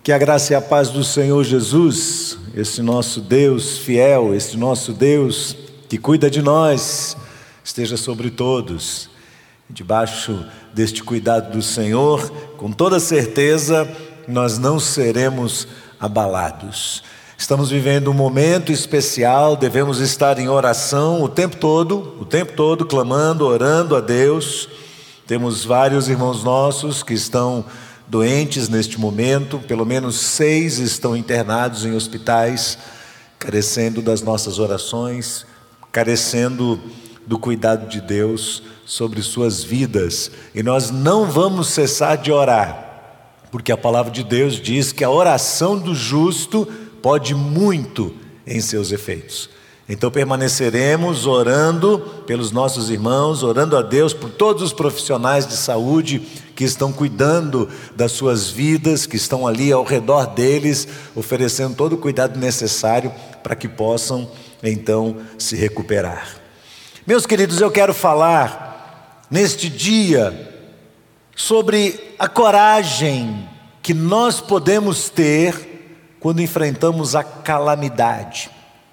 Que a graça e a paz do Senhor Jesus, esse nosso Deus fiel, esse nosso Deus que cuida de nós, esteja sobre todos. Debaixo deste cuidado do Senhor, com toda certeza, nós não seremos abalados. Estamos vivendo um momento especial, devemos estar em oração o tempo todo, clamando, orando a Deus. Temos vários irmãos nossos que estão doentes neste momento, pelo menos 6 estão internados em hospitais, carecendo das nossas orações, carecendo do cuidado de Deus sobre suas vidas. E nós não vamos cessar de orar, porque a palavra de Deus diz que a oração do justo pode muito em seus efeitos. Então permaneceremos orando pelos nossos irmãos, orando a Deus por todos os profissionais de saúde que estão cuidando das suas vidas, que estão ali ao redor deles, oferecendo todo o cuidado necessário para que possam então se recuperar. Meus queridos, eu quero falar neste dia sobre a coragem que nós podemos ter quando enfrentamos a calamidade.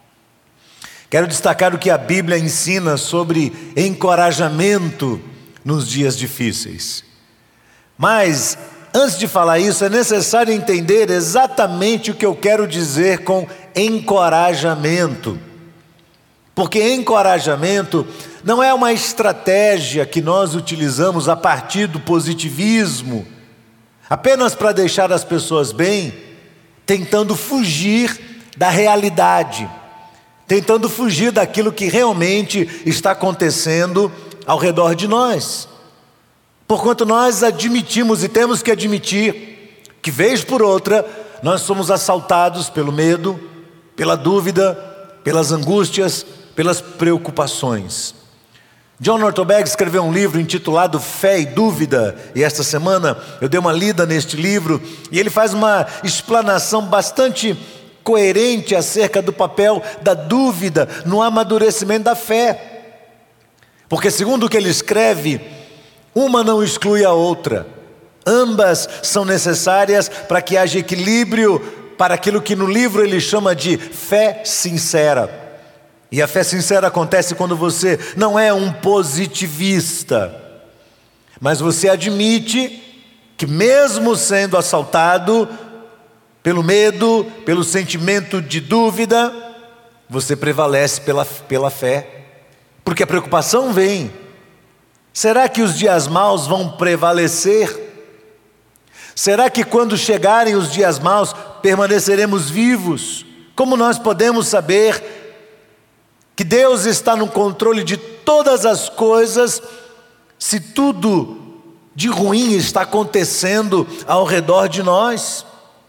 Quero destacar o que a Bíblia ensina sobre encorajamento nos dias difíceis. Mas, antes de falar isso, é necessário entender exatamente o que eu quero dizer com encorajamento. Porque encorajamento não é uma estratégia que nós utilizamos a partir do positivismo, apenas para deixar as pessoas bem, tentando fugir da realidade, tentando fugir daquilo que realmente está acontecendo ao redor de nós. Porquanto nós admitimos e temos que admitir que, vez por outra, nós somos assaltados pelo medo, pela dúvida, pelas angústias, pelas preocupações. John Ortberg escreveu um livro intitulado Fé e Dúvida, e esta semana eu dei uma lida neste livro, e ele faz uma explanação bastante coerente acerca do papel da dúvida no amadurecimento da fé. Porque, segundo o que ele escreve, uma não exclui a outra. Ambas são necessárias para que haja equilíbrio para aquilo que no livro ele chama de fé sincera. E a fé sincera acontece quando você não é um positivista, mas você admite que, mesmo sendo assaltado pelo medo, pelo sentimento de dúvida, você prevalece pela fé, porque a preocupação vem. Será que os dias maus vão prevalecer? Será que quando chegarem os dias maus permaneceremos vivos? Como nós podemos saber que Deus está no controle de todas as coisas, se tudo de ruim está acontecendo ao redor de nós?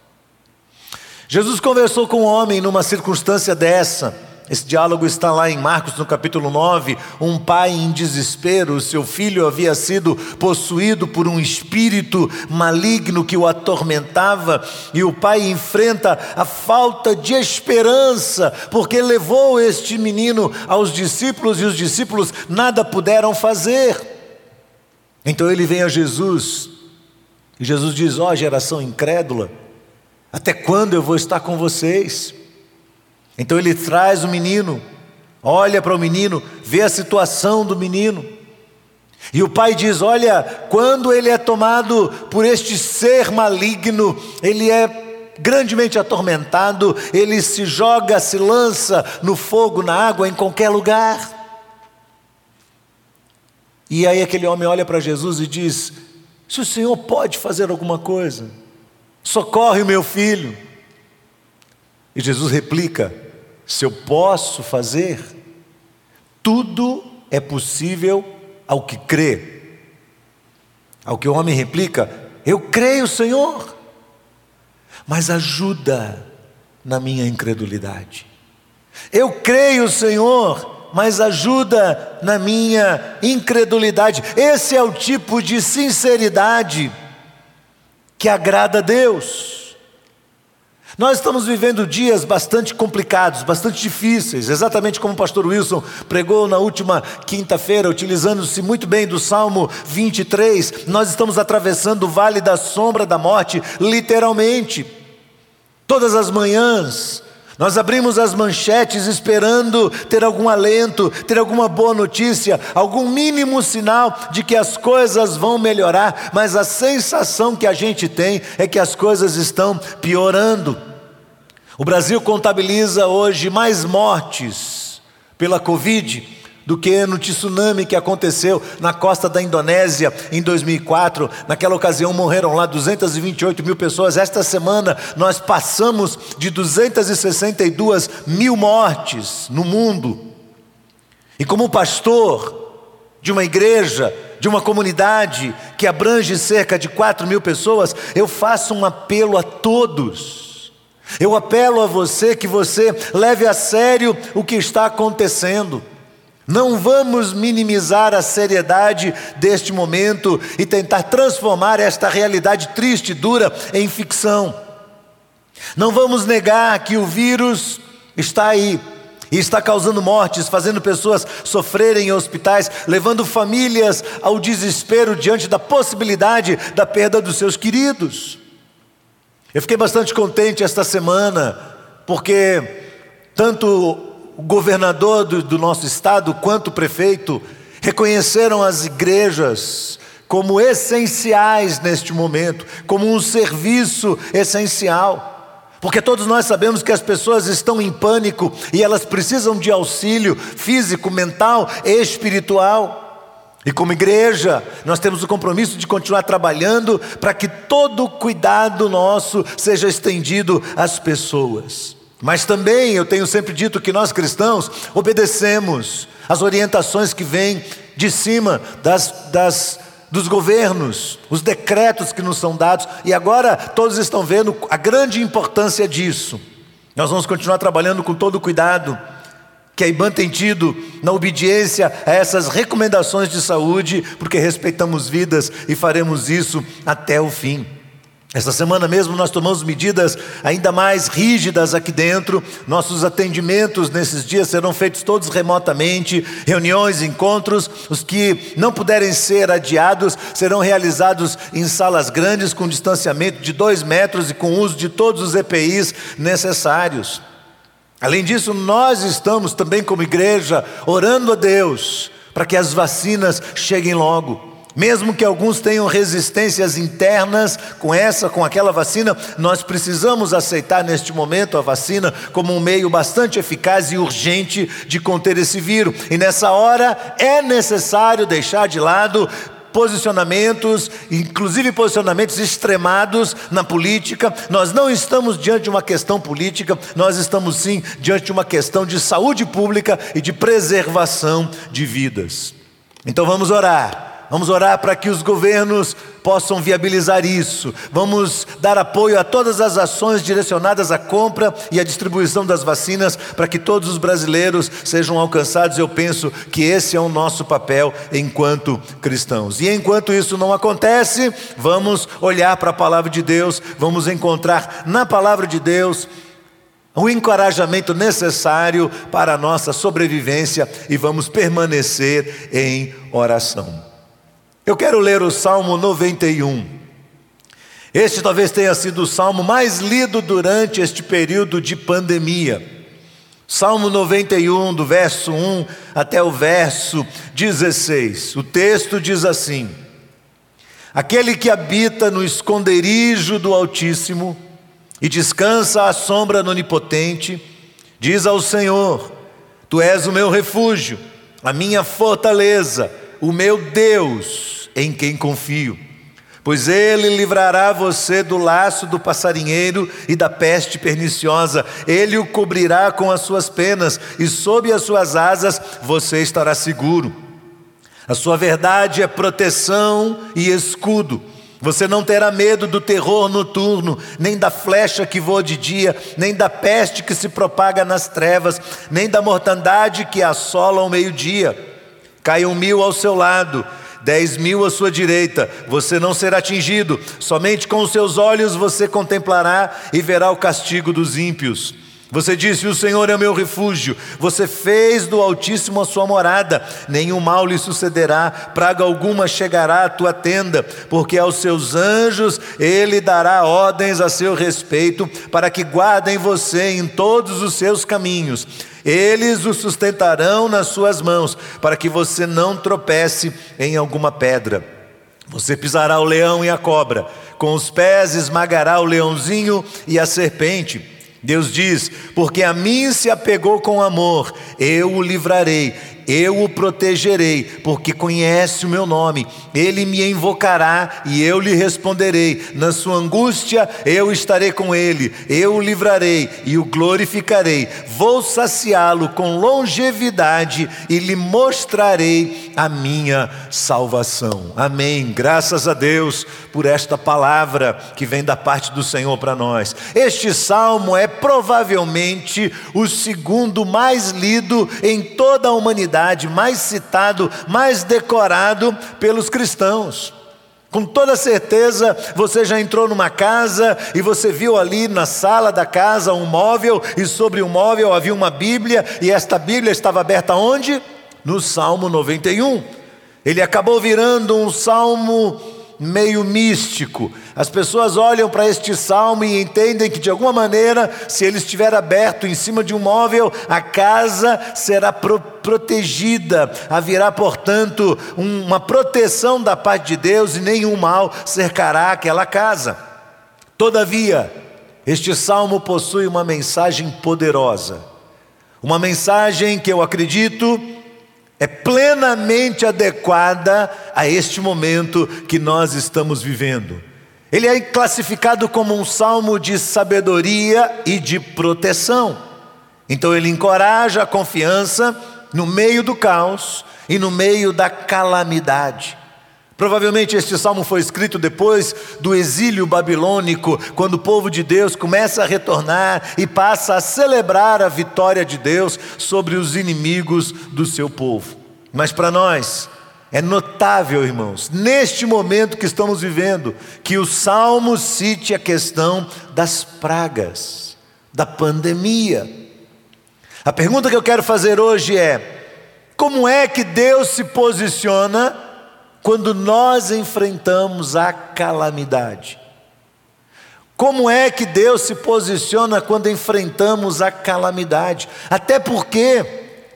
Jesus conversou com um homem numa circunstância dessa. Esse diálogo está lá em Marcos, no capítulo 9. Um pai em desespero, seu filho havia sido possuído por um espírito maligno que o atormentava, e o pai enfrenta a falta de esperança, porque levou este menino aos discípulos, e os discípulos nada puderam fazer. Então ele vem a Jesus, e Jesus diz: ó, geração incrédula, até quando eu vou estar com vocês? Então ele traz o menino, olha para o menino, vê a situação do menino. E o pai diz: olha, quando ele é tomado por este ser maligno, ele é grandemente atormentado, ele se joga, se lança no fogo, na água, em qualquer lugar. E aí aquele homem olha para Jesus e diz: se o Senhor pode fazer alguma coisa, socorre o meu filho. E Jesus replica: se eu posso fazer, tudo é possível ao que crê. Ao que o homem replica: eu creio, Senhor, mas ajuda na minha incredulidade. Eu creio, Senhor, mas ajuda na minha incredulidade. Esse é o tipo de sinceridade que agrada a Deus. Nós estamos vivendo dias bastante complicados, bastante difíceis, exatamente como o pastor Wilson pregou na última quinta-feira, utilizando-se muito bem do Salmo 23, nós estamos atravessando o vale da sombra da morte, literalmente. Todas as manhãs, nós abrimos as manchetes esperando ter algum alento, ter alguma boa notícia, algum mínimo sinal de que as coisas vão melhorar, mas a sensação que a gente tem é que as coisas estão piorando. O Brasil contabiliza hoje mais mortes pela Covid do que no tsunami que aconteceu na costa da Indonésia em 2004. Naquela ocasião morreram lá 228 mil pessoas. Esta semana nós passamos de 262 mil mortes no mundo. E como pastor de uma igreja, de uma comunidade que abrange cerca de 4 mil pessoas, eu faço um apelo a todos. Eu apelo a você que você leve a sério o que está acontecendo. Não vamos minimizar a seriedade deste momento e tentar transformar esta realidade triste e dura em ficção. Não vamos negar que o vírus está aí e está causando mortes, fazendo pessoas sofrerem em hospitais, levando famílias ao desespero diante da possibilidade da perda dos seus queridos. Eu fiquei bastante contente esta semana, porque tanto o governador do nosso estado, quanto o prefeito, reconheceram as igrejas como essenciais neste momento, como um serviço essencial. Porque todos nós sabemos que as pessoas estão em pânico e elas precisam de auxílio físico, mental e espiritual. E como igreja, nós temos o compromisso de continuar trabalhando para que todo o cuidado nosso seja estendido às pessoas. Mas também eu tenho sempre dito que nós cristãos obedecemos às orientações que vêm de cima dos governos, os decretos que nos são dados, e agora todos estão vendo a grande importância disso. Nós vamos continuar trabalhando com todo o cuidado que a IBAN tem tido na obediência a essas recomendações de saúde, porque respeitamos vidas e faremos isso até o fim. Essa semana mesmo nós tomamos medidas ainda mais rígidas aqui dentro. Nossos atendimentos nesses dias serão feitos todos remotamente, reuniões, encontros. Os que não puderem ser adiados serão realizados em salas grandes com distanciamento de 2 metros e com uso de todos os EPIs necessários. Além disso, nós estamos também como igreja orando a Deus para que as vacinas cheguem logo. Mesmo que alguns tenham resistências internas com aquela vacina, nós precisamos aceitar neste momento a vacina como um meio bastante eficaz e urgente de conter esse vírus. E nessa hora é necessário deixar de lado posicionamentos, inclusive posicionamentos extremados na política. Nós não estamos diante de uma questão política, nós estamos sim diante de uma questão de saúde pública e de preservação de vidas. Então vamos orar. Vamos orar para que os governos possam viabilizar isso. Vamos dar apoio a todas as ações direcionadas à compra e à distribuição das vacinas para que todos os brasileiros sejam alcançados. Eu penso que esse é o nosso papel enquanto cristãos. E enquanto isso não acontece, vamos olhar para a palavra de Deus, vamos encontrar na palavra de Deus o encorajamento necessário para a nossa sobrevivência e vamos permanecer em oração. Eu quero ler o Salmo 91. Este talvez tenha sido o salmo mais lido durante este período de pandemia. Salmo 91, do verso 1 até o verso 16. O texto diz assim: Aquele que habita no esconderijo do Altíssimo e descansa à sombra do Onipotente, diz ao Senhor: Tu és o meu refúgio, a minha fortaleza, o meu Deus, em quem confio. Pois Ele livrará você do laço do passarinheiro e da peste perniciosa. Ele o cobrirá com as suas penas e sob as suas asas você estará seguro. A sua verdade é proteção e escudo. Você não terá medo do terror noturno, nem da flecha que voa de dia, nem da peste que se propaga nas trevas, nem da mortandade que assola ao meio-dia. Caiam 1000 ao seu lado, 10.000 à sua direita, você não será atingido. Somente com os seus olhos você contemplará e verá o castigo dos ímpios. Você disse: o Senhor é o meu refúgio. Você fez do Altíssimo a sua morada. Nenhum mal lhe sucederá, praga alguma chegará à tua tenda, porque aos seus anjos ele dará ordens a seu respeito, para que guardem você em todos os seus caminhos. Eles o sustentarão nas suas mãos, para que você não tropece em alguma pedra. Você pisará o leão e a cobra, com os pés esmagará o leãozinho e a serpente. Deus diz: porque a mim se apegou com amor, eu o livrarei, eu o protegerei, porque conhece o meu nome. Ele me invocará e eu lhe responderei. Na sua angústia eu estarei com ele, eu o livrarei e o glorificarei. Vou saciá-lo com longevidade e lhe mostrarei a minha salvação. Amém. Graças a Deus por esta palavra que vem da parte do Senhor para nós. Este salmo é provavelmente o segundo mais lido em toda a humanidade, mais citado, mais decorado pelos cristãos. Com toda certeza você já entrou numa casa e você viu ali na sala da casa um móvel, e sobre o móvel havia uma Bíblia, e esta Bíblia estava aberta onde? No Salmo 91. Ele acabou virando um salmo meio místico. As pessoas olham para este salmo e entendem que, de alguma maneira, se ele estiver aberto em cima de um móvel, a casa será protegida. Haverá, portanto, uma proteção da parte de Deus e nenhum mal cercará aquela casa. Todavia, este salmo possui uma mensagem poderosa. Uma mensagem que eu acredito é plenamente adequada a este momento que nós estamos vivendo. Ele é classificado como um salmo de sabedoria e de proteção. Então ele encoraja a confiança no meio do caos e no meio da calamidade. Provavelmente este salmo foi escrito depois do exílio babilônico, quando o povo de Deus começa a retornar e passa a celebrar a vitória de Deus sobre os inimigos do seu povo. Mas para nós é notável, irmãos, neste momento que estamos vivendo, que o salmo cite a questão das pragas, da pandemia. A pergunta que eu quero fazer hoje é: como é que Deus se posiciona quando nós enfrentamos a calamidade? Como é que Deus se posiciona quando enfrentamos a calamidade? Até porque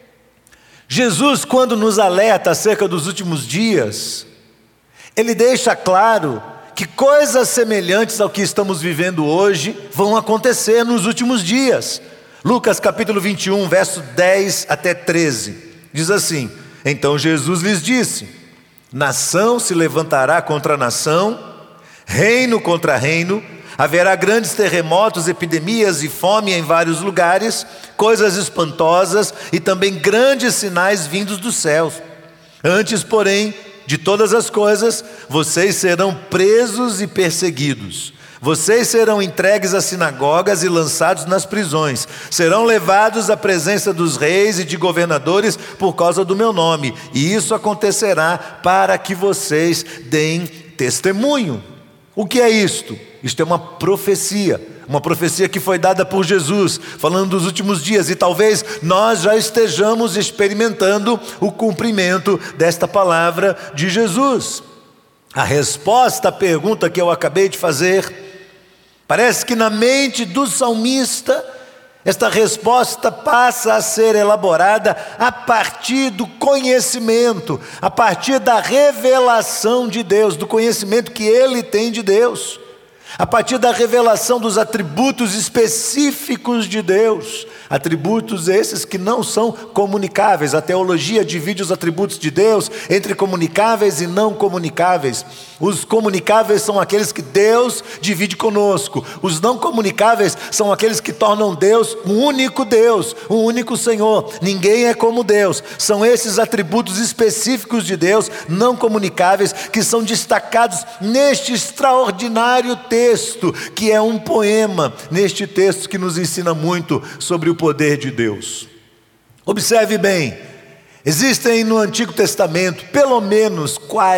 Jesus, quando nos alerta acerca dos últimos dias, Ele deixa claro que coisas semelhantes ao que estamos vivendo hoje vão acontecer nos últimos dias. Lucas capítulo 21, verso 10 até 13, diz assim: então Jesus lhes disse: nação se levantará contra nação, reino contra reino, haverá grandes terremotos, epidemias e fome em vários lugares, coisas espantosas e também grandes sinais vindos dos céus. Antes, porém, de todas as coisas, vocês serão presos e perseguidos. Vocês serão entregues às sinagogas e lançados nas prisões. Serão levados à presença dos reis e de governadores por causa do meu nome. E isso acontecerá para que vocês deem testemunho. O que é isto? Isto é uma profecia que foi dada por Jesus, falando dos últimos dias, e talvez nós já estejamos experimentando o cumprimento desta palavra de Jesus. A resposta à pergunta que eu acabei de fazer, parece que na mente do salmista, esta resposta passa a ser elaborada a partir do conhecimento, a partir da revelação de Deus, do conhecimento que ele tem de Deus, a partir da revelação dos atributos específicos de Deus, atributos esses que não são comunicáveis. A teologia divide os atributos de Deus entre comunicáveis e não comunicáveis. Os comunicáveis são aqueles que Deus divide conosco. Os não comunicáveis são aqueles que tornam Deus, um único Senhor. Ninguém é como Deus. São esses atributos específicos de Deus, não comunicáveis, que são destacados neste extraordinário texto, que é um poema, neste texto que nos ensina muito sobre o poder de Deus. Observe bem, existem no Antigo Testamento pelo menos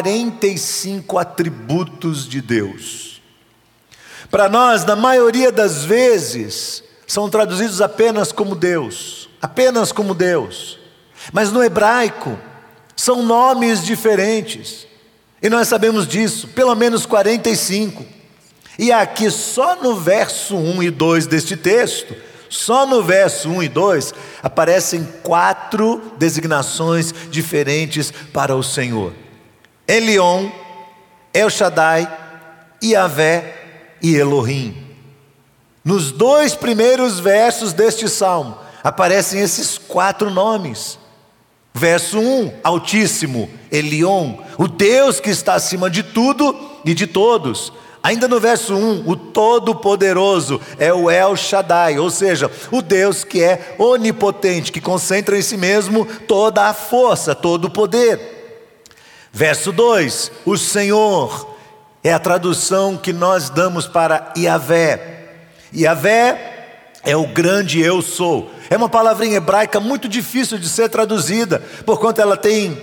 45 atributos de Deus. Para nós, na maioria das vezes, são traduzidos apenas como Deus, apenas como Deus. Mas no hebraico, são nomes diferentes. E nós sabemos disso, pelo menos 45. E aqui só no verso 1 e 2 deste texto, só no verso 1 e 2, aparecem 4 designações diferentes para o Senhor: Elion, El Shaddai, Yavé e Elohim. Nos 2 primeiros versos deste salmo, aparecem esses 4 nomes. Verso 1, Altíssimo, Elion, o Deus que está acima de tudo e de todos. Ainda no verso 1, o Todo-Poderoso é o El Shaddai, ou seja, o Deus que é onipotente, que concentra em si mesmo toda a força, todo o poder. Verso 2, o Senhor é a tradução que nós damos para Yavé. Yavé é o grande eu sou. É uma palavrinha hebraica muito difícil de ser traduzida, porquanto ela tem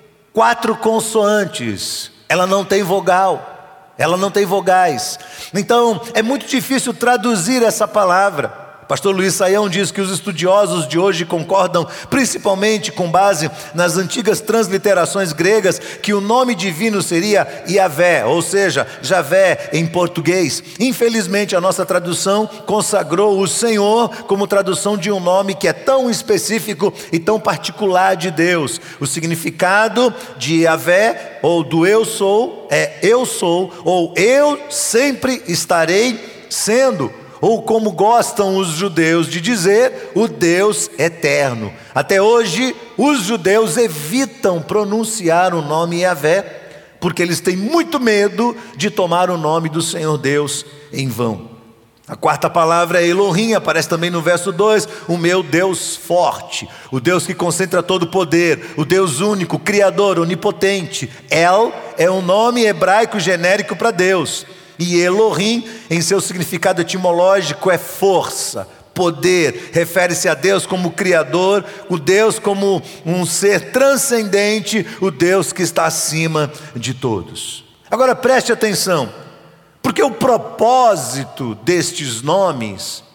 4 consoantes, ela não tem vogal, ela não tem vogais. Então é muito difícil traduzir essa palavra. Pastor Luiz Saião diz que os estudiosos de hoje concordam, principalmente com base nas antigas transliterações gregas, que o nome divino seria Yavé, ou seja, Javé em português. Infelizmente a nossa tradução consagrou o Senhor como tradução de um nome que é tão específico e tão particular de Deus. O significado de Yavé, ou do eu sou, é eu sou, ou eu sempre estarei sendo, ou como gostam os judeus de dizer, o Deus eterno. Até hoje, os judeus evitam pronunciar o nome Yavé, porque eles têm muito medo de tomar o nome do Senhor Deus em vão. A 4ª palavra é Elohim, aparece também no verso 2, o meu Deus forte, o Deus que concentra todo o poder, o Deus único, criador, onipotente. El é um nome hebraico genérico para Deus. E Elohim, em seu significado etimológico, é força, poder, refere-se a Deus como Criador, o Deus como um ser transcendente, o Deus que está acima de todos. Agora preste atenção, porque o propósito destes nomes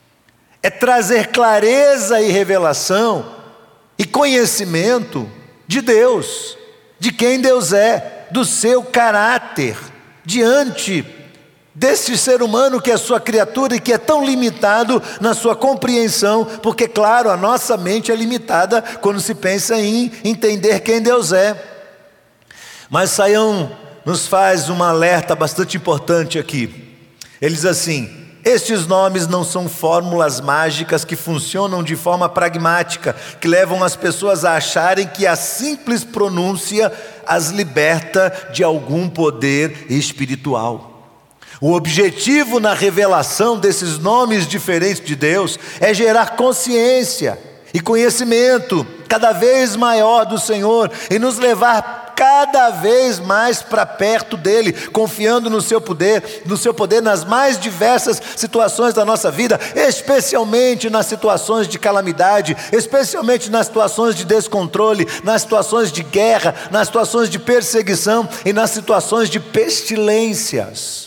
é trazer clareza e revelação e conhecimento de Deus, de quem Deus é, do seu caráter, diante deste ser humano que é sua criatura e que é tão limitado na sua compreensão, porque claro, a nossa mente é limitada quando se pensa em entender quem Deus é. Mas Saião nos faz um alerta bastante importante aqui. Ele diz assim: estes nomes não são fórmulas mágicas que funcionam de forma pragmática, que levam as pessoas a acharem que a simples pronúncia as liberta de algum poder espiritual. O objetivo na revelação desses nomes diferentes de Deus é gerar consciência e conhecimento cada vez maior do Senhor e nos levar cada vez mais para perto dele, confiando no seu poder nas mais diversas situações da nossa vida, especialmente nas situações de calamidade, especialmente nas situações de descontrole, nas situações de guerra, nas situações de perseguição e nas situações de pestilências.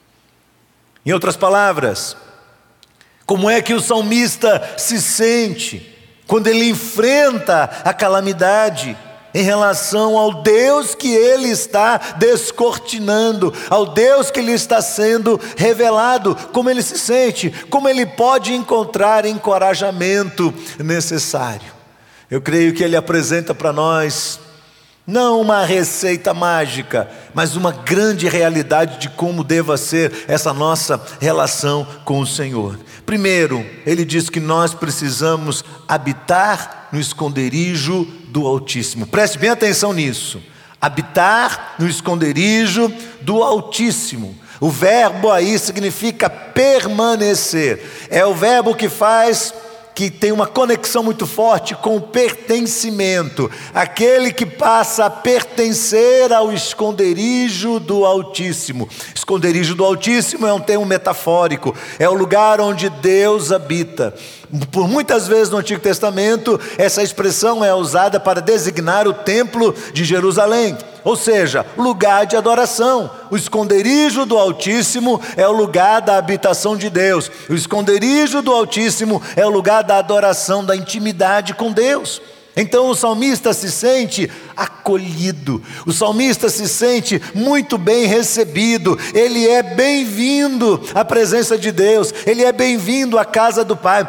Em outras palavras, como é que o salmista se sente quando ele enfrenta a calamidade em relação ao Deus que ele está descortinando, ao Deus que lhe está sendo revelado? Como ele se sente? Como ele pode encontrar encorajamento necessário? Eu creio que ele apresenta para nós não uma receita mágica, mas uma grande realidade de como deva ser essa nossa relação com o Senhor. Primeiro, ele diz que nós precisamos habitar no esconderijo do Altíssimo. Preste bem atenção nisso. Habitar no esconderijo do Altíssimo. O verbo aí significa permanecer. É o verbo que tem uma conexão muito forte com o pertencimento. Aquele que passa a pertencer ao esconderijo do Altíssimo. Esconderijo do Altíssimo é um termo metafórico, é o lugar onde Deus habita. Por muitas vezes no Antigo Testamento, essa expressão é usada para designar o templo de Jerusalém. ou seja, lugar de adoração. O esconderijo do Altíssimo é o lugar da habitação de Deus. O esconderijo do Altíssimo é o lugar da adoração, da intimidade com Deus. Então o salmista se sente acolhido, o salmista se sente muito bem recebido, ele é bem-vindo à presença de Deus, ele é bem-vindo à casa do Pai.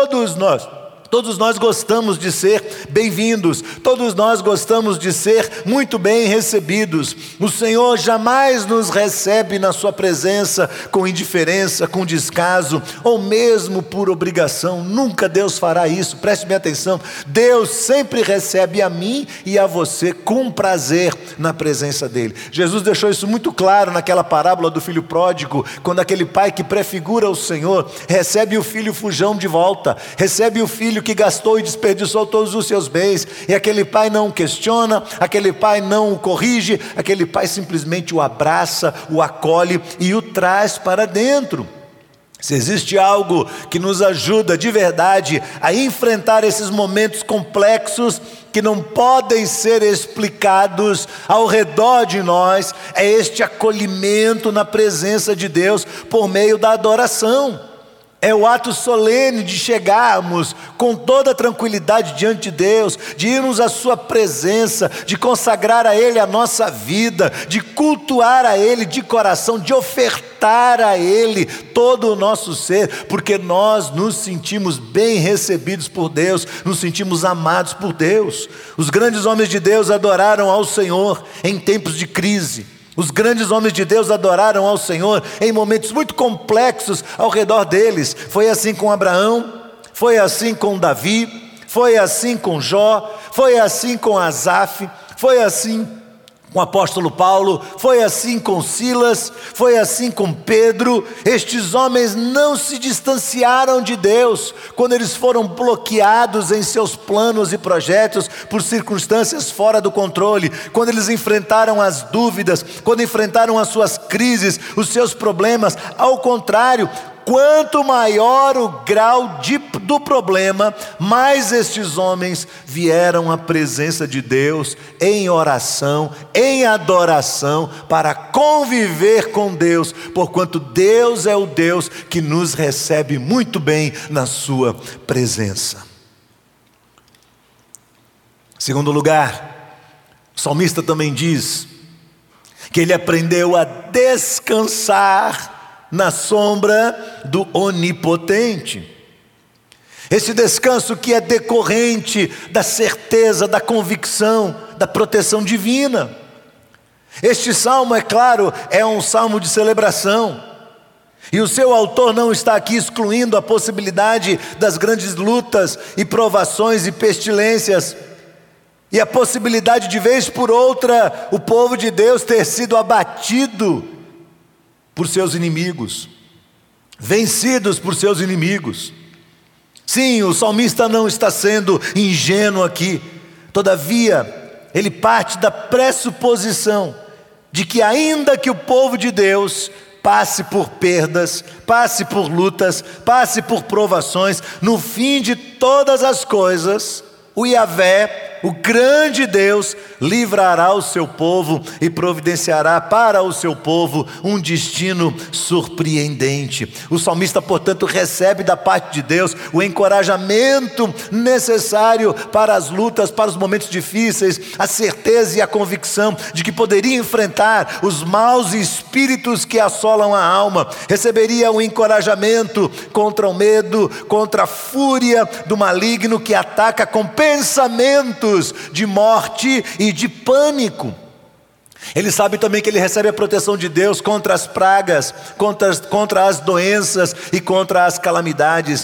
Todos nós gostamos de ser bem-vindos, todos nós gostamos de ser muito bem recebidos. O Senhor jamais nos recebe na sua presença com indiferença, com descaso, ou mesmo por obrigação. Nunca Deus fará isso, preste bem atenção. Deus sempre recebe a mim e a você com prazer na presença dEle. Jesus deixou isso muito claro naquela parábola do filho pródigo, quando aquele pai que prefigura o Senhor recebe o filho fujão de volta, recebe o filho que gastou e desperdiçou todos os seus bens, e aquele pai não o questiona, aquele pai não o corrige, aquele pai simplesmente o abraça, o acolhe e o traz para dentro. Se existe algo que nos ajuda de verdade a enfrentar esses momentos complexos que não podem ser explicados ao redor de nós, é este acolhimento na presença de Deus por meio da adoração. É o ato solene de chegarmos com toda tranquilidade diante de Deus, de irmos à sua presença, de consagrar a Ele a nossa vida, de cultuar a Ele de coração, de ofertar a Ele todo o nosso ser, porque nós nos sentimos bem recebidos por Deus, nos sentimos amados por Deus. Os grandes homens de Deus adoraram ao Senhor em tempos de crise. Os grandes homens de Deus adoraram ao Senhor em momentos muito complexos ao redor deles. Foi assim com Abraão, foi assim com Davi, foi assim com Jó, foi assim com Asaf, foi assim com o apóstolo Paulo, foi assim com Silas, foi assim com Pedro. Estes homens não se distanciaram de Deus quando eles foram bloqueados em seus planos e projetos por circunstâncias fora do controle, quando eles enfrentaram as dúvidas, quando enfrentaram as suas crises, os seus problemas. Ao contrário, quanto maior o grau do problema, mais estes homens vieram à presença de Deus em oração, em adoração, para conviver com Deus, porquanto Deus é o Deus que nos recebe muito bem na sua presença. Segundo lugar, o salmista também diz que ele aprendeu a descansar na sombra do Onipotente. Esse descanso que é decorrente da certeza, da convicção, da proteção divina. Este salmo, é claro, é um salmo de celebração. E o seu autor não está aqui excluindo a possibilidade das grandes lutas e provações e pestilências, e a possibilidade de vez por outra o povo de Deus ter sido abatido por seus inimigos, vencidos por seus inimigos. Sim, o salmista não está sendo ingênuo aqui. Todavia, ele parte da pressuposição de que ainda que o povo de Deus passe por perdas, passe por lutas, passe por provações, no fim de todas as coisas, o Yahvé, o grande Deus, livrará o seu povo e providenciará para o seu povo um destino surpreendente. O salmista, portanto, recebe da parte de Deus o encorajamento necessário para as lutas, para os momentos difíceis, a certeza e a convicção de que poderia enfrentar os maus espíritos que assolam a alma. Receberia um encorajamento contra o medo, contra a fúria do maligno que ataca com pensamentos de morte e de pânico. Ele sabe também que ele recebe a proteção de Deus contra as pragas, contra as doenças e contra as calamidades.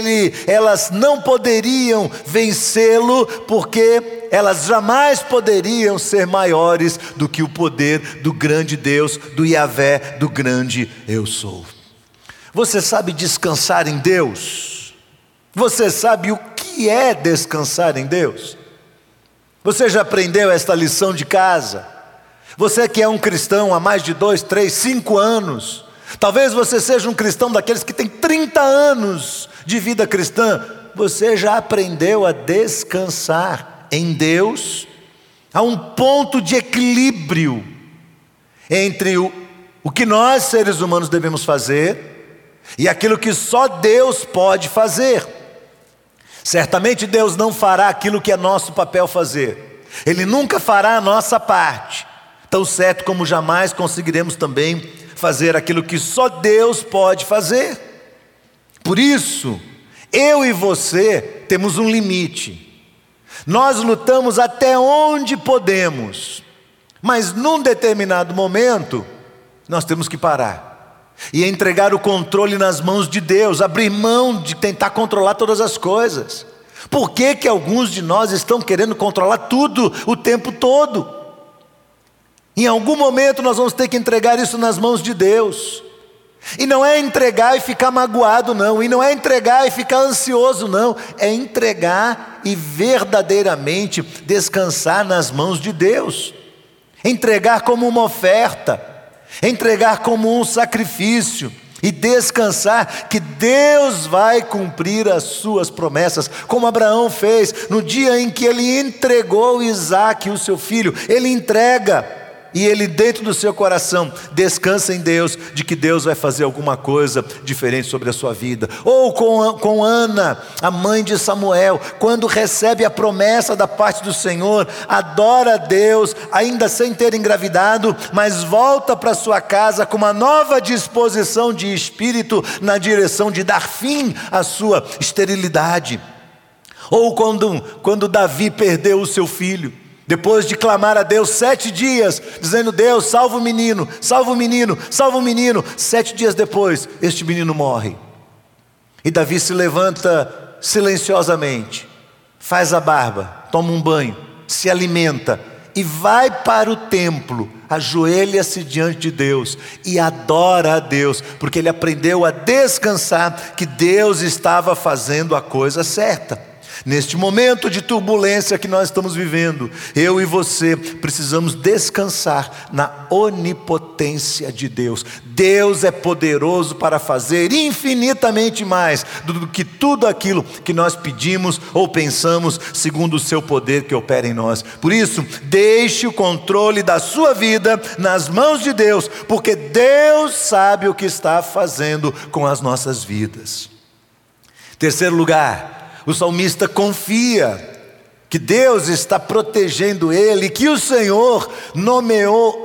Elas não poderiam vencê-lo, porque elas jamais poderiam ser maiores do que o poder do grande Deus, do Yahvé, do grande Eu Sou. Você sabe descansar em Deus? Você sabe o que é descansar em Deus? Você já aprendeu esta lição de casa? Você que é um cristão há mais de 2, 3, 5 anos, talvez você seja um cristão daqueles que tem 30 anos de vida cristã, você já aprendeu a descansar em Deus? Há um ponto de equilíbrio entre o que nós, seres humanos, devemos fazer e aquilo que só Deus pode fazer. Certamente Deus não fará aquilo que é nosso papel fazer. Ele nunca fará a nossa parte, tão certo como jamais conseguiremos também fazer aquilo que só Deus pode fazer. Por isso, eu e você temos um limite. Nós lutamos até onde podemos, mas num determinado momento, nós temos que parar e entregar o controle nas mãos de Deus, abrir mão de tentar controlar todas as coisas. Por que que alguns de nós estão querendo controlar tudo o tempo todo? Em algum momento nós vamos ter que entregar isso nas mãos de Deus. E não é entregar e ficar magoado, não. E não é entregar e ficar ansioso, não. É entregar e verdadeiramente descansar nas mãos de Deus. Entregar como uma oferta. Entregar como um sacrifício. E descansar que Deus vai cumprir as suas promessas. Como Abraão fez no dia em que ele entregou Isaque, o seu filho. Ele entrega. E ele dentro do seu coração descansa em Deus, de que Deus vai fazer alguma coisa diferente sobre a sua vida. Ou com Ana, a mãe de Samuel, quando recebe a promessa da parte do Senhor, adora a Deus, ainda sem ter engravidado, mas volta para sua casa com uma nova disposição de espírito, na direção de dar fim à sua esterilidade. Ou quando Davi perdeu o seu filho, depois de clamar a Deus 7 dias, dizendo: Deus, salva o menino, salva o menino, salva o menino. 7 dias depois, este menino morre. E Davi se levanta silenciosamente, faz a barba, toma um banho, se alimenta e vai para o templo, ajoelha-se diante de Deus e adora a Deus, porque ele aprendeu a descansar que Deus estava fazendo a coisa certa. Neste momento de turbulência que nós estamos vivendo, eu e você precisamos descansar na onipotência de Deus. Deus é poderoso para fazer infinitamente mais do que tudo aquilo que nós pedimos ou pensamos, segundo o seu poder que opera em nós. Por isso, deixe o controle da sua vida nas mãos de Deus, porque Deus sabe o que está fazendo com as nossas vidas. Terceiro lugar, o salmista confia que Deus está protegendo ele, que o Senhor nomeou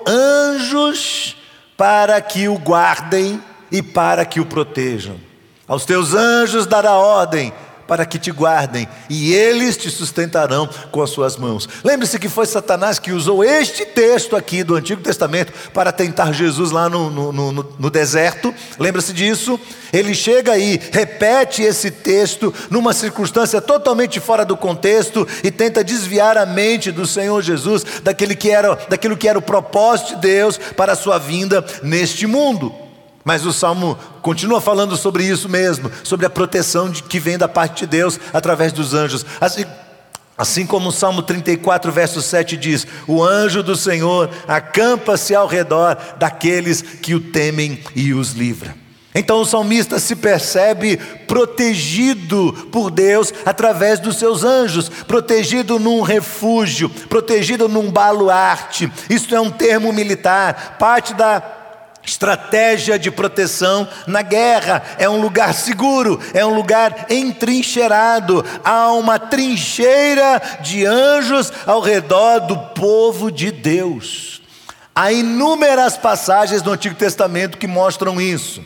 anjos para que o guardem e para que o protejam. Aos teus anjos dará ordem para que te guardem, e eles te sustentarão com as suas mãos. Lembre-se que foi Satanás que usou este texto aqui do Antigo Testamento para tentar Jesus lá no deserto. Lembra-se disso? Ele chega aí, repete esse texto numa circunstância totalmente fora do contexto e tenta desviar a mente do Senhor Jesus daquilo que era o propósito de Deus para a sua vinda neste mundo. Mas o Salmo continua falando sobre isso mesmo, sobre a proteção que vem da parte de Deus através dos anjos. Assim como o Salmo 34, verso 7 diz: o anjo do Senhor acampa-se ao redor daqueles que o temem e os livra. Então o salmista se percebe protegido por Deus através dos seus anjos, protegido num refúgio, protegido num baluarte. Isso é um termo militar, parte da estratégia de proteção na guerra. É um lugar seguro, é um lugar entrincheirado. Há uma trincheira de anjos ao redor do povo de Deus. Há inúmeras passagens no Antigo Testamento que mostram isso.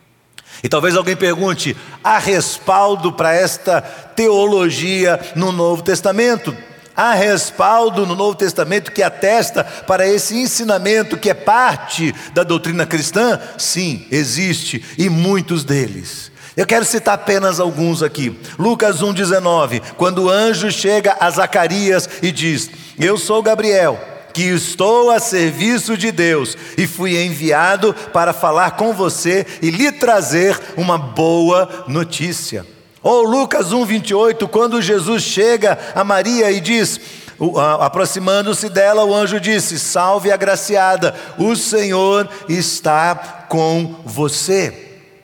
E talvez alguém pergunte: há respaldo para esta teologia no Novo Testamento? Há respaldo no Novo Testamento que atesta para esse ensinamento que é parte da doutrina cristã? Sim, existe, e muitos deles. Eu quero citar apenas alguns aqui. Lucas 1,19, quando o anjo chega a Zacarias e diz: eu sou Gabriel, que estou a serviço de Deus e fui enviado para falar com você e lhe trazer uma boa notícia. Ou Lucas 1,28, quando Jesus chega a Maria e diz, aproximando-se dela, o anjo disse: salve agraciada, o Senhor está com você.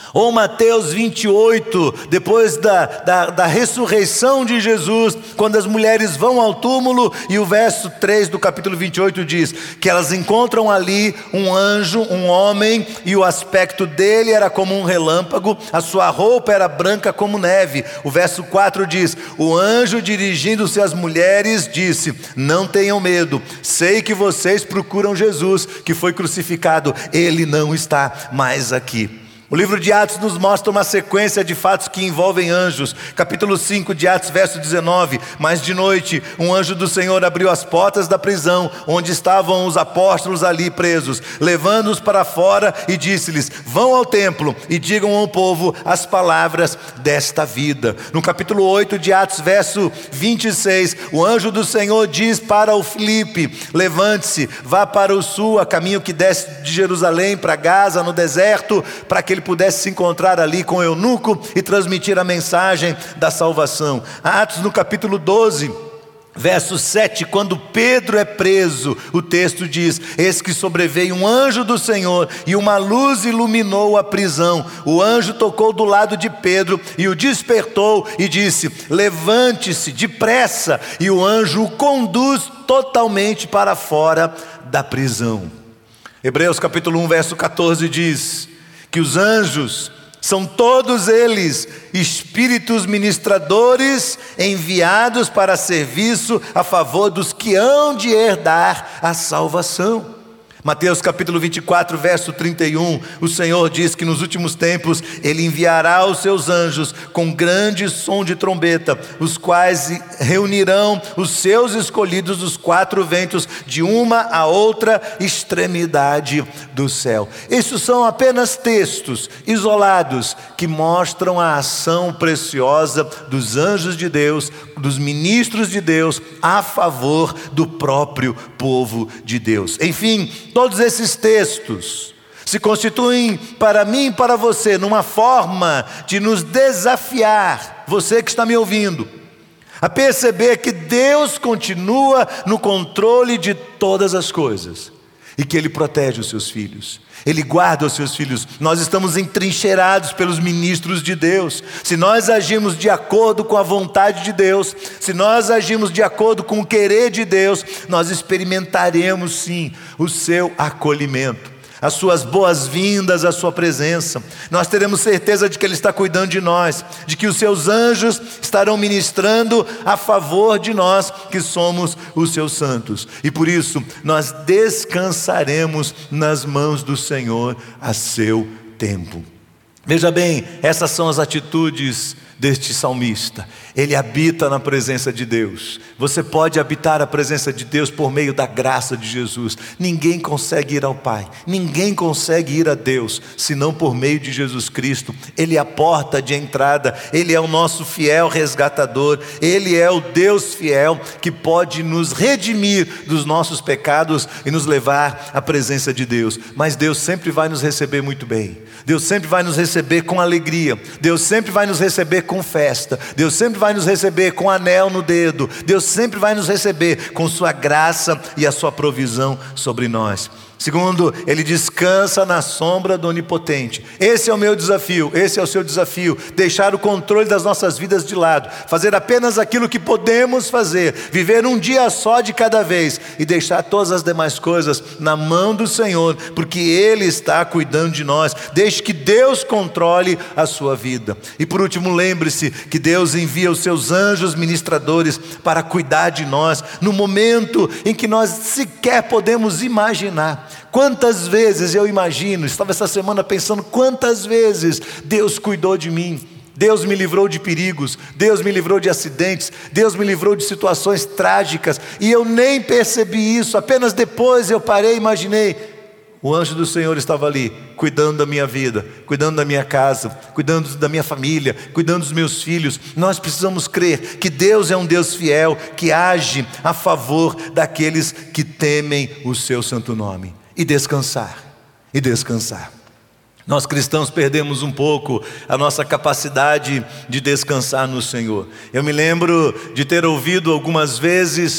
Ou Mateus 28, depois da ressurreição de Jesus, quando as mulheres vão ao túmulo, e o verso 3 do capítulo 28 diz que elas encontram ali um anjo, um homem, e o aspecto dele era como um relâmpago, a sua roupa era branca como neve. O verso 4 diz: o anjo, dirigindo-se às mulheres, disse: não tenham medo, sei que vocês procuram Jesus, que foi crucificado, ele não está mais aqui. O livro de Atos nos mostra uma sequência de fatos que envolvem anjos. Capítulo 5 de Atos, verso 19. Mas de noite, um anjo do Senhor abriu as portas da prisão, onde estavam os apóstolos ali presos, levando-os para fora e disse-lhes: vão ao templo e digam ao povo as palavras desta vida. No capítulo 8 de Atos, verso 26, o anjo do Senhor diz para o Filipe: levante-se, vá para o sul, a caminho que desce de Jerusalém para Gaza, no deserto, para que ele pudesse se encontrar ali com o eunuco e transmitir a mensagem da salvação. Atos no capítulo 12, verso 7, quando Pedro é preso, o texto diz: eis que sobreveio um anjo do Senhor e uma luz iluminou a prisão. O anjo tocou do lado de Pedro e o despertou e disse: levante-se depressa, e o anjo o conduz totalmente para fora da prisão. Hebreus capítulo 1, verso 14 diz que os anjos são todos eles espíritos ministradores enviados para serviço a favor dos que hão de herdar a salvação. Mateus capítulo 24, verso 31, o Senhor diz que nos últimos tempos Ele enviará os seus anjos com grande som de trombeta, os quais reunirão os seus escolhidos dos quatro ventos, de uma a outra extremidade do céu. Esses são apenas textos isolados que mostram a ação preciosa dos anjos de Deus, dos ministros de Deus, a favor do próprio povo de Deus. Enfim, todos esses textos se constituem para mim e para você numa forma de nos desafiar, você que está me ouvindo, a perceber que Deus continua no controle de todas as coisas e que Ele protege os seus filhos, Ele guarda os seus filhos. Nós estamos entrincheirados pelos ministros de Deus. Se nós agimos de acordo com a vontade de Deus, se nós agimos de acordo com o querer de Deus, nós experimentaremos sim o seu acolhimento, as suas boas-vindas, a sua presença. Nós teremos certeza de que Ele está cuidando de nós, de que os seus anjos estarão ministrando a favor de nós, que somos os seus santos. E por isso, nós descansaremos nas mãos do Senhor a seu tempo. Veja bem, essas são as atitudes deste salmista. Ele habita na presença de Deus. Você pode habitar a presença de Deus por meio da graça de Jesus. Ninguém consegue ir ao Pai, ninguém consegue ir a Deus, senão por meio de Jesus Cristo. Ele é a porta de entrada, Ele é o nosso fiel resgatador, Ele é o Deus fiel que pode nos redimir dos nossos pecados e nos levar à presença de Deus. Mas Deus sempre vai nos receber muito bem, Deus sempre vai nos receber com alegria, Deus sempre vai nos receber com festa, Deus sempre vai nos receber com anel no dedo, Deus sempre vai nos receber com sua graça e a sua provisão sobre nós. Segundo, Ele descansa na sombra do Onipotente. Esse é o meu desafio, esse é o seu desafio: deixar o controle das nossas vidas de lado, fazer apenas aquilo que podemos fazer, viver um dia só de cada vez e deixar todas as demais coisas na mão do Senhor, porque Ele está cuidando de nós. Deixe que Deus controle a sua vida. E por último, lembre-se que Deus envia os seus anjos ministradores para cuidar de nós no momento em que nós sequer podemos imaginar. Quantas vezes eu imagino, estava essa semana pensando quantas vezes Deus cuidou de mim, Deus me livrou de perigos, Deus me livrou de acidentes, Deus me livrou de situações trágicas, e eu nem percebi isso. Apenas depois eu parei e imaginei: o anjo do Senhor estava ali, cuidando da minha vida, cuidando da minha casa, cuidando da minha família, cuidando dos meus filhos. Nós precisamos crer que Deus é um Deus fiel, que age a favor daqueles que temem o seu santo nome. E descansar, e descansar. Nós cristãos perdemos um pouco a nossa capacidade de descansar no Senhor. Eu me lembro de ter ouvido algumas vezes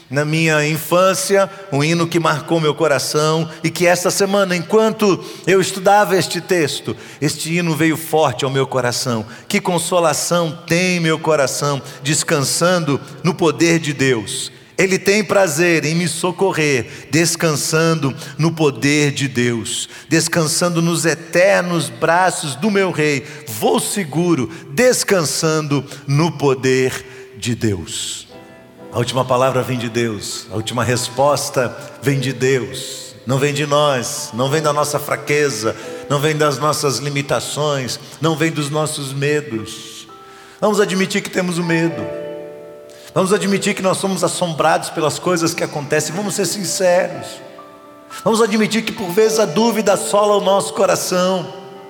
na minha infância, um hino que marcou meu coração, e que esta semana, enquanto eu estudava este texto, este hino veio forte ao meu coração. Que consolação tem meu coração, descansando no poder de Deus. Ele tem prazer em me socorrer, descansando no poder de Deus, descansando nos eternos braços do meu Rei. Vou seguro, descansando no poder de Deus. A última palavra vem de Deus, a última resposta vem de Deus, não vem de nós, não vem da nossa fraqueza, não vem das nossas limitações, não vem dos nossos medos. Vamos admitir que temos o medo, vamos admitir que nós somos assombrados pelas coisas que acontecem, vamos ser sinceros, vamos admitir que por vezes a dúvida assola o nosso coração,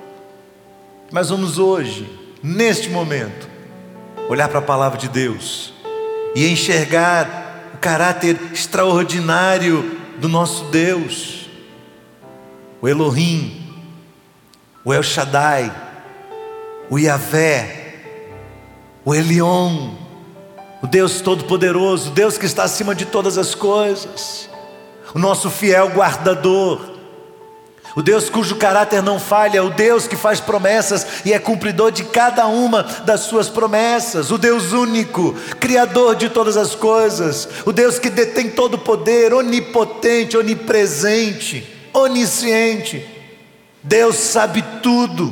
mas vamos hoje, neste momento, olhar para a palavra de Deus e enxergar o caráter extraordinário do nosso Deus, o Elohim, o El Shaddai, o Yahvé, o Elion, o Deus Todo-Poderoso, o Deus que está acima de todas as coisas, o nosso fiel guardador, o Deus cujo caráter não falha, o Deus que faz promessas e é cumpridor de cada uma das suas promessas, o Deus único, Criador de todas as coisas, o Deus que detém todo o poder, onipotente, onipresente, onisciente. Deus sabe tudo.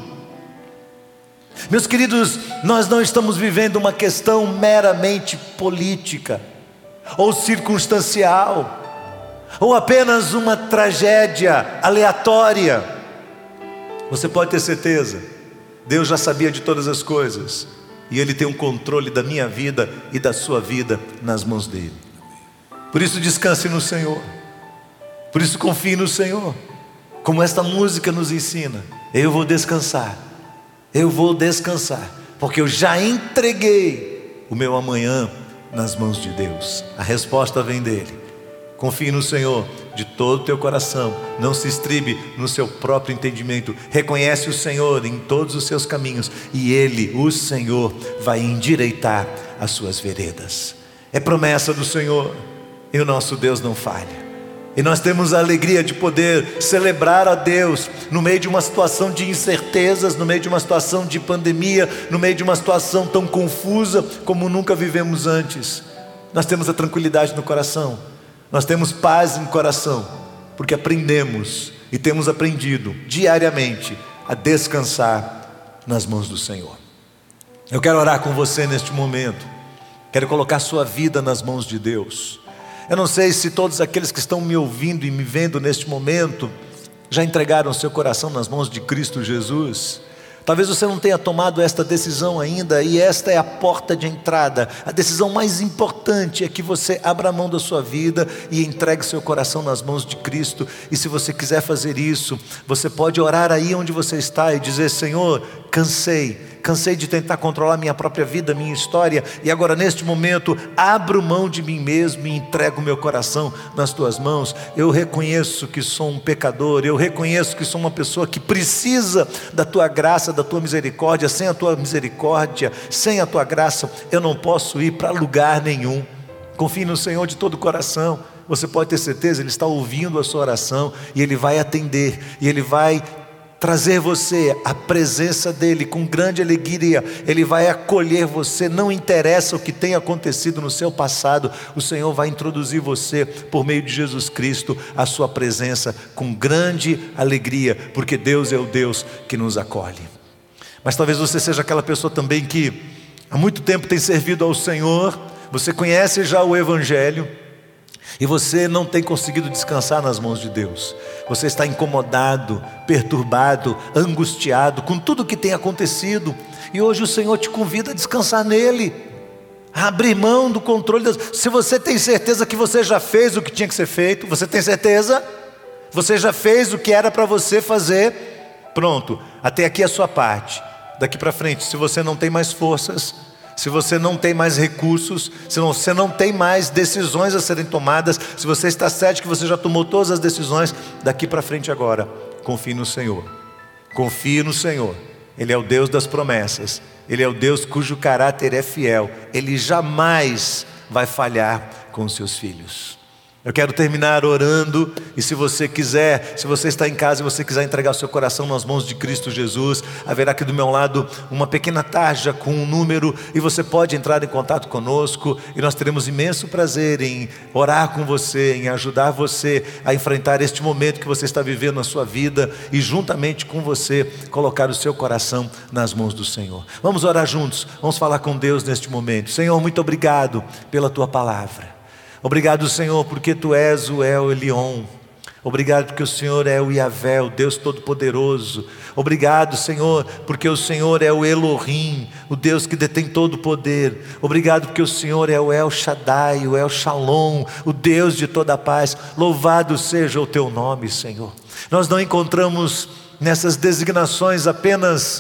Meus queridos, nós não estamos vivendo uma questão meramente política ou circunstancial, ou apenas uma tragédia aleatória. Você pode ter certeza, Deus já sabia de todas as coisas, e Ele tem um controle da minha vida e da sua vida nas mãos dEle. Por isso descanse no Senhor, por isso confie no Senhor, como esta música nos ensina. Eu vou descansar, porque eu já entreguei o meu amanhã nas mãos de Deus. A resposta vem dEle. Confie no Senhor de todo o teu coração, não se estribe no seu próprio entendimento, reconhece o Senhor em todos os seus caminhos, e Ele, o Senhor, vai endireitar as suas veredas. É promessa do Senhor, e o nosso Deus não falha. E nós temos a alegria de poder celebrar a Deus no meio de uma situação de incertezas, no meio de uma situação de pandemia, no meio de uma situação tão confusa como nunca vivemos antes. Nós temos a tranquilidade no coração, nós temos paz no coração, porque aprendemos e temos aprendido diariamente a descansar nas mãos do Senhor. Eu quero orar com você neste momento, quero colocar sua vida nas mãos de Deus. Eu não sei se todos aqueles que estão me ouvindo e me vendo neste momento já entregaram seu coração nas mãos de Cristo Jesus. Talvez você não tenha tomado esta decisão ainda, e esta é a porta de entrada. A decisão mais importante é que você abra a mão da sua vida e entregue seu coração nas mãos de Cristo. E se você quiser fazer isso, você pode orar aí onde você está e dizer: Senhor, cansei de tentar controlar minha própria vida, minha história, e agora neste momento abro mão de mim mesmo e entrego meu coração nas tuas mãos. Eu reconheço que sou um pecador, eu reconheço que sou uma pessoa que precisa da tua graça, da tua misericórdia. Sem a tua misericórdia, sem a tua graça, eu não posso ir para lugar nenhum. Confie no Senhor de todo o coração. Você pode ter certeza, Ele está ouvindo a sua oração, e Ele vai atender, e Ele vai trazer você à presença dEle com grande alegria. Ele vai acolher você, não interessa o que tenha acontecido no seu passado, o Senhor vai introduzir você, por meio de Jesus Cristo, à sua presença com grande alegria, porque Deus é o Deus que nos acolhe. Mas talvez você seja aquela pessoa também que há muito tempo tem servido ao Senhor, você conhece já o Evangelho, e você não tem conseguido descansar nas mãos de Deus. Você está incomodado, perturbado, angustiado com tudo o que tem acontecido, e hoje o Senhor te convida a descansar nele, a abrir mão do controle de Deus. Se você tem certeza que você já fez o que tinha que ser feito, você tem certeza? Você já fez o que era para você fazer? Pronto, até aqui a sua parte. Daqui para frente, se você não tem mais forças, se você não tem mais recursos, se você não tem mais decisões a serem tomadas, se você está certo que você já tomou todas as decisões, daqui para frente agora, confie no Senhor. Confie no Senhor. Ele é o Deus das promessas. Ele é o Deus cujo caráter é fiel. Ele jamais vai falhar com os seus filhos. Eu quero terminar orando, e se você quiser, se você está em casa e você quiser entregar o seu coração nas mãos de Cristo Jesus, haverá aqui do meu lado uma pequena tarja com um número, e você pode entrar em contato conosco, e nós teremos imenso prazer em orar com você, em ajudar você a enfrentar este momento que você está vivendo na sua vida, e juntamente com você, colocar o seu coração nas mãos do Senhor. Vamos orar juntos, vamos falar com Deus neste momento. Senhor, muito obrigado pela Tua palavra. Obrigado, Senhor, porque Tu és o El Elyon. Obrigado porque o Senhor é o Yahvé, o Deus Todo-Poderoso. Obrigado, Senhor, porque o Senhor é o Elohim, o Deus que detém todo o poder. Obrigado porque o Senhor é o El Shaddai, o El Shalom, o Deus de toda a paz. Louvado seja o Teu nome, Senhor. Nós não encontramos nessas designações apenas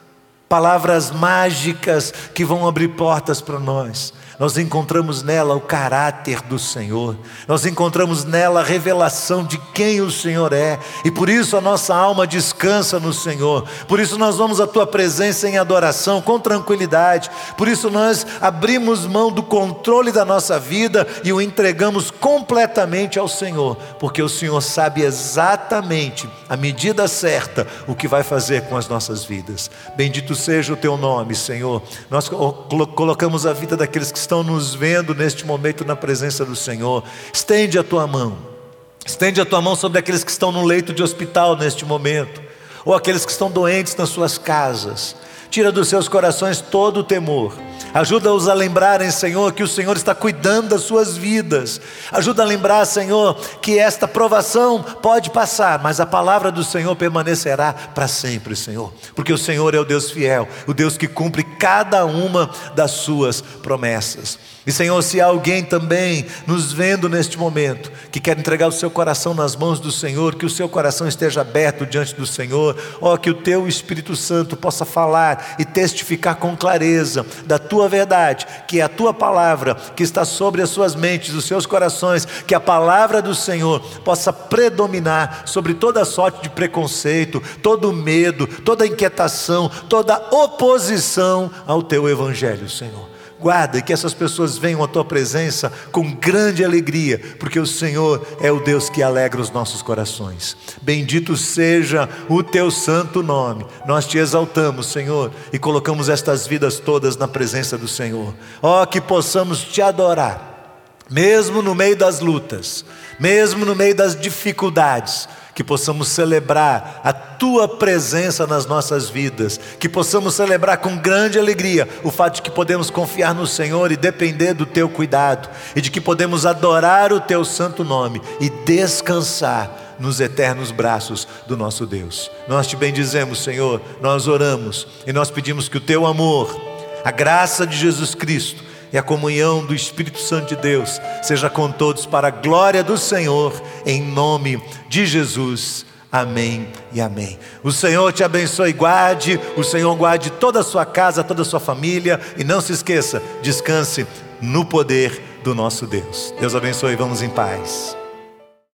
palavras mágicas que vão abrir portas para nós. Nós encontramos nela o caráter do Senhor, nós encontramos nela a revelação de quem o Senhor é, e por isso a nossa alma descansa no Senhor, por isso nós vamos à Tua presença em adoração, com tranquilidade, por isso nós abrimos mão do controle da nossa vida e o entregamos completamente ao Senhor, porque o Senhor sabe exatamente, a medida certa, o que vai fazer com as nossas vidas. Bendito seja o Teu nome, Senhor. Nós colocamos a vida daqueles que estão nos vendo neste momento na presença do Senhor. Estende a Tua mão. Estende a Tua mão sobre aqueles que estão no leito de hospital neste momento, ou aqueles que estão doentes nas suas casas. Tira dos seus corações todo o temor. Ajuda-os a lembrarem, Senhor, que o Senhor está cuidando das suas vidas. Ajuda a lembrar, Senhor, que esta provação pode passar, mas a palavra do Senhor permanecerá para sempre, Senhor. Porque o Senhor é o Deus fiel, o Deus que cumpre cada uma das suas promessas. E, Senhor, se há alguém também nos vendo neste momento, que quer entregar o seu coração nas mãos do Senhor, que o seu coração esteja aberto diante do Senhor, ó, que o Teu Espírito Santo possa falar e testificar com clareza da Tua verdade, que é a Tua palavra que está sobre as suas mentes, os seus corações, que a palavra do Senhor possa predominar sobre toda sorte de preconceito, todo medo, toda inquietação, toda oposição ao Teu Evangelho, Senhor. Guarda e que essas pessoas venham à Tua presença com grande alegria, porque o Senhor é o Deus que alegra os nossos corações. Bendito seja o Teu santo nome. Nós Te exaltamos, Senhor, e colocamos estas vidas todas na presença do Senhor. Ó, que possamos Te adorar, mesmo no meio das lutas, mesmo no meio das dificuldades, que possamos celebrar a Tua presença nas nossas vidas, que possamos celebrar com grande alegria o fato de que podemos confiar no Senhor e depender do Teu cuidado, e de que podemos adorar o Teu santo nome e descansar nos eternos braços do nosso Deus. Nós Te bendizemos, Senhor, nós oramos e nós pedimos que o Teu amor, a graça de Jesus Cristo e a comunhão do Espírito Santo de Deus seja com todos para a glória do Senhor, em nome de Jesus. Amém e amém. O Senhor te abençoe e guarde, o Senhor guarde toda a sua casa, toda a sua família, e não se esqueça, descanse no poder do nosso Deus. Deus abençoe, vamos em paz.